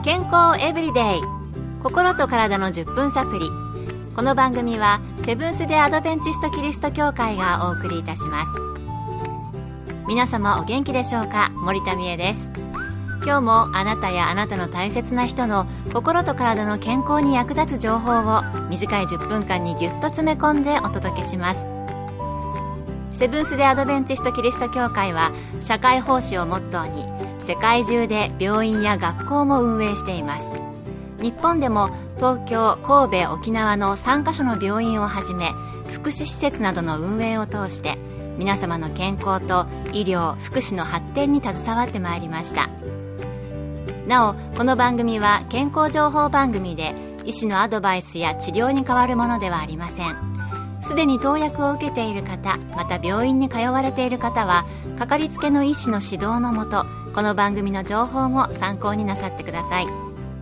健康エブリデイ、心と体の10分サプリ。この番組はセブンス・デ・アドベンチスト・キリスト教会がお送りいたします。皆様お元気でしょうか。森田美恵です。今日もあなたやあなたの大切な人の心と体の健康に役立つ情報を短い10分間にぎゅっと詰め込んでお届けします。セブンス・デ・アドベンチスト・キリスト教会は社会奉仕をモットーに世界中で病院や学校も運営しています。日本でも東京、神戸、沖縄の3カ所の病院をはじめ福祉施設などの運営を通して皆様の健康と医療・福祉の発展に携わってまいりました。なお、この番組は健康情報番組で医師のアドバイスや治療に代わるものではありません。すでに投薬を受けている方、また病院に通われている方はかかりつけの医師の指導のもと、この番組の情報も参考になさってください。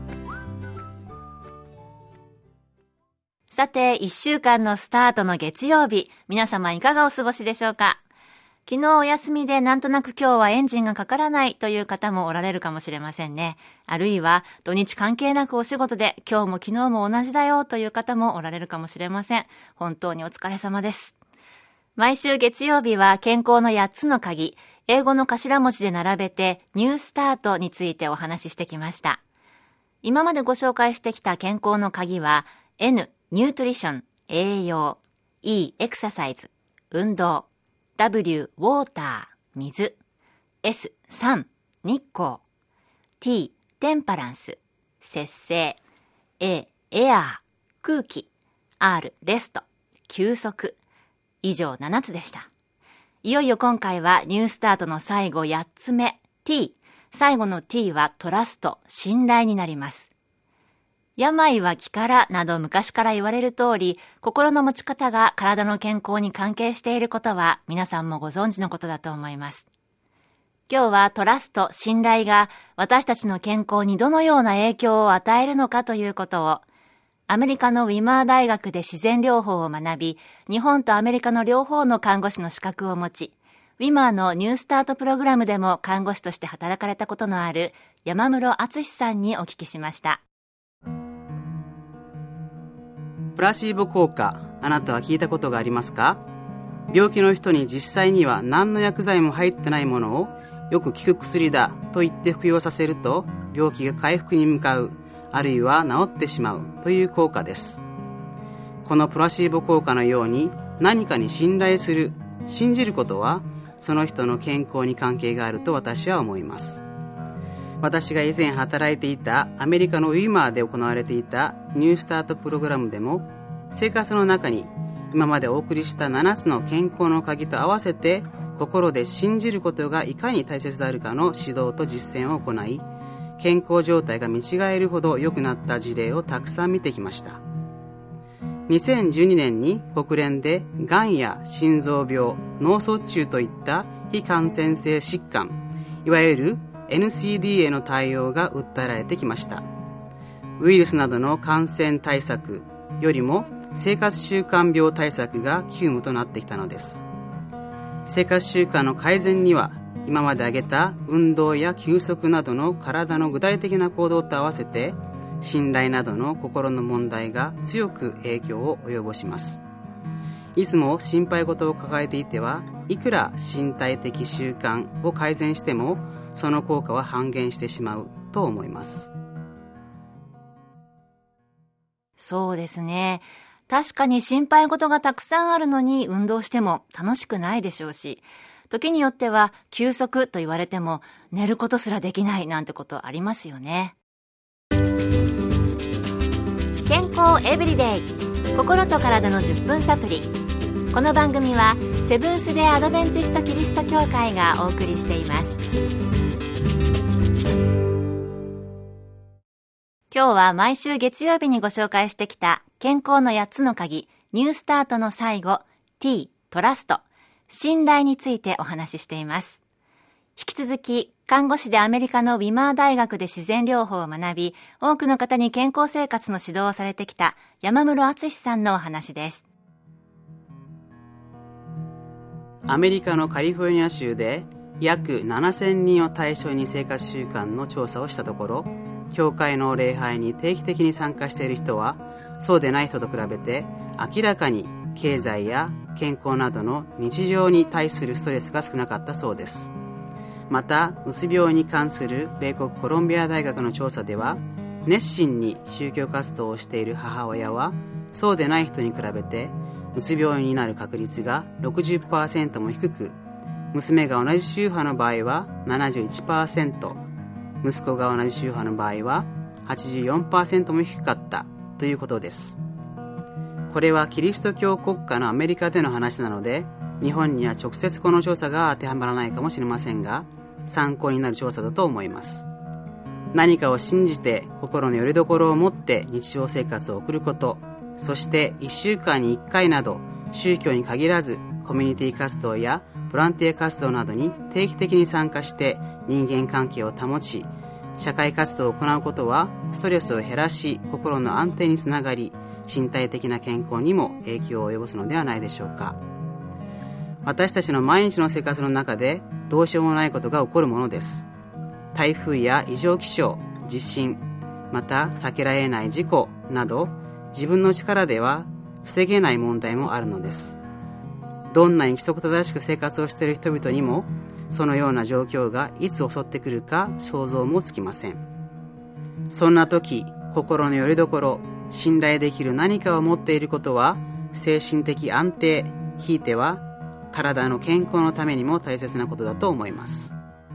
さて、1週間のスタートの月曜日、皆様いかがお過ごしでしょうか。昨日お休みでなんとなく今日はエンジンがかからないという方もおられるかもしれませんね。あるいは土日関係なくお仕事で今日も昨日も同じだよという方もおられるかもしれません。本当にお疲れ様です。毎週月曜日は健康の8つの鍵、英語の頭文字で並べてニュースタートについてお話ししてきました。今までご紹介してきた健康の鍵は N、ニュートリション、栄養、E、エクササイズ、運動、W、ウォーター、水、S、酸、日光、T、テンパランス、節制、A、エアー、空気、R、レスト、休息。以上7つでした。いよいよ今回はニュースタートの最後8つ目、T。最後の T はトラスト、信頼になります。病は気からなど昔から言われる通り、心の持ち方が体の健康に関係していることは皆さんもご存知のことだと思います。今日はトラスト、信頼が私たちの健康にどのような影響を与えるのかということを、アメリカのウィマー大学で自然療法を学び、日本とアメリカの両方の看護師の資格を持ち、ウィマーのニュースタートプログラムでも看護師として働かれたことのある山室敦さんにお聞きしました。 プラシーボ効果、あなたは聞いたことがありますか？病気の人に実際には何の薬剤も入ってないものをよく効く薬だと言って服用させると病気が回復に向かう、あるいは治ってしまうという効果です。このプラシーボ効果のように何かに信頼する、信じることはその人の健康に関係があると私は思います。私が以前働いていたアメリカのウィマーで行われていたニュースタートプログラムでも、生活の中に今までお送りした7つの健康の鍵と合わせて心で信じることがいかに大切であるかの指導と実践を行い、健康状態が見違えるほど良くなった事例をたくさん見てきました。2012年に国連でがんや心臓病、脳卒中といった非感染性疾患、いわゆるNCD への対応が訴えられてきました。ウイルスなどの感染対策よりも生活習慣病対策が急務となってきたのです。生活習慣の改善には今まで挙げた運動や休息などの体の具体的な行動と合わせて信頼などの心の問題が強く影響を及ぼします。いつも心配事を抱えていてはいくら身体的習慣を改善してもその効果は半減してしまうと思います。 そうですね。確かに心配事がたくさんあるのに運動しても楽しくないでしょうし、時によっては休息と言われても寝ることすらできないなんてことありますよね。健康エブリデイ、心と体の10分サプリ。この番組はセブンス・デ・アドベンチスト・キリスト教会がお送りしています。今日は毎週月曜日にご紹介してきた健康の8つの鍵、ニュースタートの最後、T、トラスト、信頼についてお話ししています。引き続き、看護師でアメリカのウィマー大学で自然療法を学び、多くの方に健康生活の指導をされてきた山室敦さんのお話です。 アメリカのカリフォルニア州で約7000人を対象に生活習慣の調査をしたところ、 教会の礼拝に定期的に参加している人は、そうでない人と比べて明らかに経済や健康などの日常に対するストレスが少なかったそうです。また、うつ病に関する米国コロンビア大学の調査では、熱心に宗教活動をしている母親は、そうでない人に比べてうつ病になる確率が 60% も低く、娘が同じ宗派の場合は 71%、息子が同じ宗派の場合は 84% も低かったということです。これはキリスト教国家のアメリカでの話なので、日本には直接この調査が当てはまらないかもしれませんが、参考になる調査だと思います。何かを信じて心の拠り所を持って日常生活を送ること、そして1週間に1回など宗教に限らずコミュニティ活動やボランティア活動などに定期的に参加して人間関係を保ち、社会活動を行うことはストレスを減らし、心の安定につながり、身体的な健康にも影響を及ぼすのではないでしょうか。私たちの毎日の生活の中でどうしようもないことが起こるものです。台風や異常気象、地震、また避けられない事故など、自分の力では防げない問題もあるのです。どんなに規則正しく生活をしている人々にも、そのような状況がいつ襲ってくるか想像もつきません。そんな時、心の拠り所、信頼できる何かを持っていることは、精神的安定、ひいては体の健康のためにも大切なことだと思います。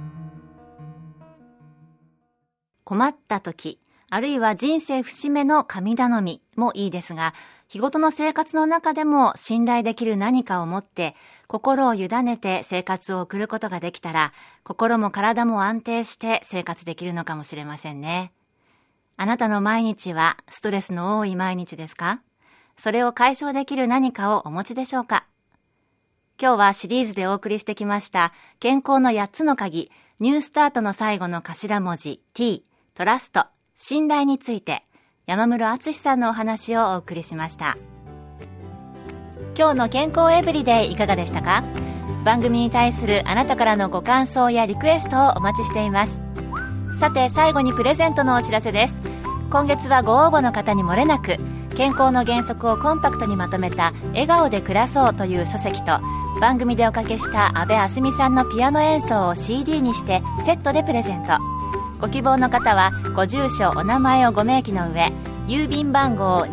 困った時、あるいは人生節目の神頼みもいいですが、日ごとの生活の中でも信頼できる何かを持って心を委ねて生活を送ることができたら、心も体も安定して生活できるのかもしれませんね。あなたの毎日はストレスの多い毎日ですか？それを解消できる何かをお持ちでしょうか？今日はシリーズでお送りしてきました健康の8つの鍵、ニュースタートの最後の頭文字 T、トラスト、信頼について、山室敦さんのお話をお送りしました。今日の健康エブリデイいかがでしたか？番組に対するあなたからのご感想やリクエストをお待ちしています。さて、最後にプレゼントのお知らせです。今月はご応募の方に漏れなく、健康の原則をコンパクトにまとめた笑顔で暮らそうという書籍と、番組でおかけした安部あすみさんのピアノ演奏を CD にしてセットでプレゼント。ご希望の方はご住所お名前をご明記の上、郵便番号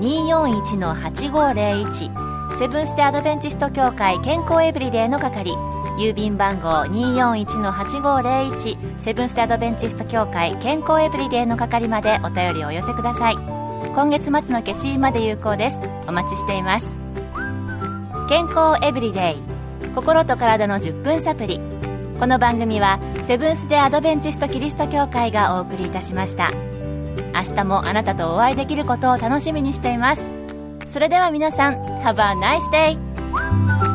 241-8501 セブンステアドベンチスト協会健康エブリデイの係、郵便番号 241-8501 セブンステアドベンチスト協会健康エブリデイの係までお便りをお寄せください。今月末の消印まで有効です。お待ちしています。健康エブリデイ、心と体の10分サプリ。この番組はセブンス・デ・アドベンチスト・キリスト教会がお送りいたしました。明日もあなたとお会いできることを楽しみにしています。それでは皆さん、Have a nice day!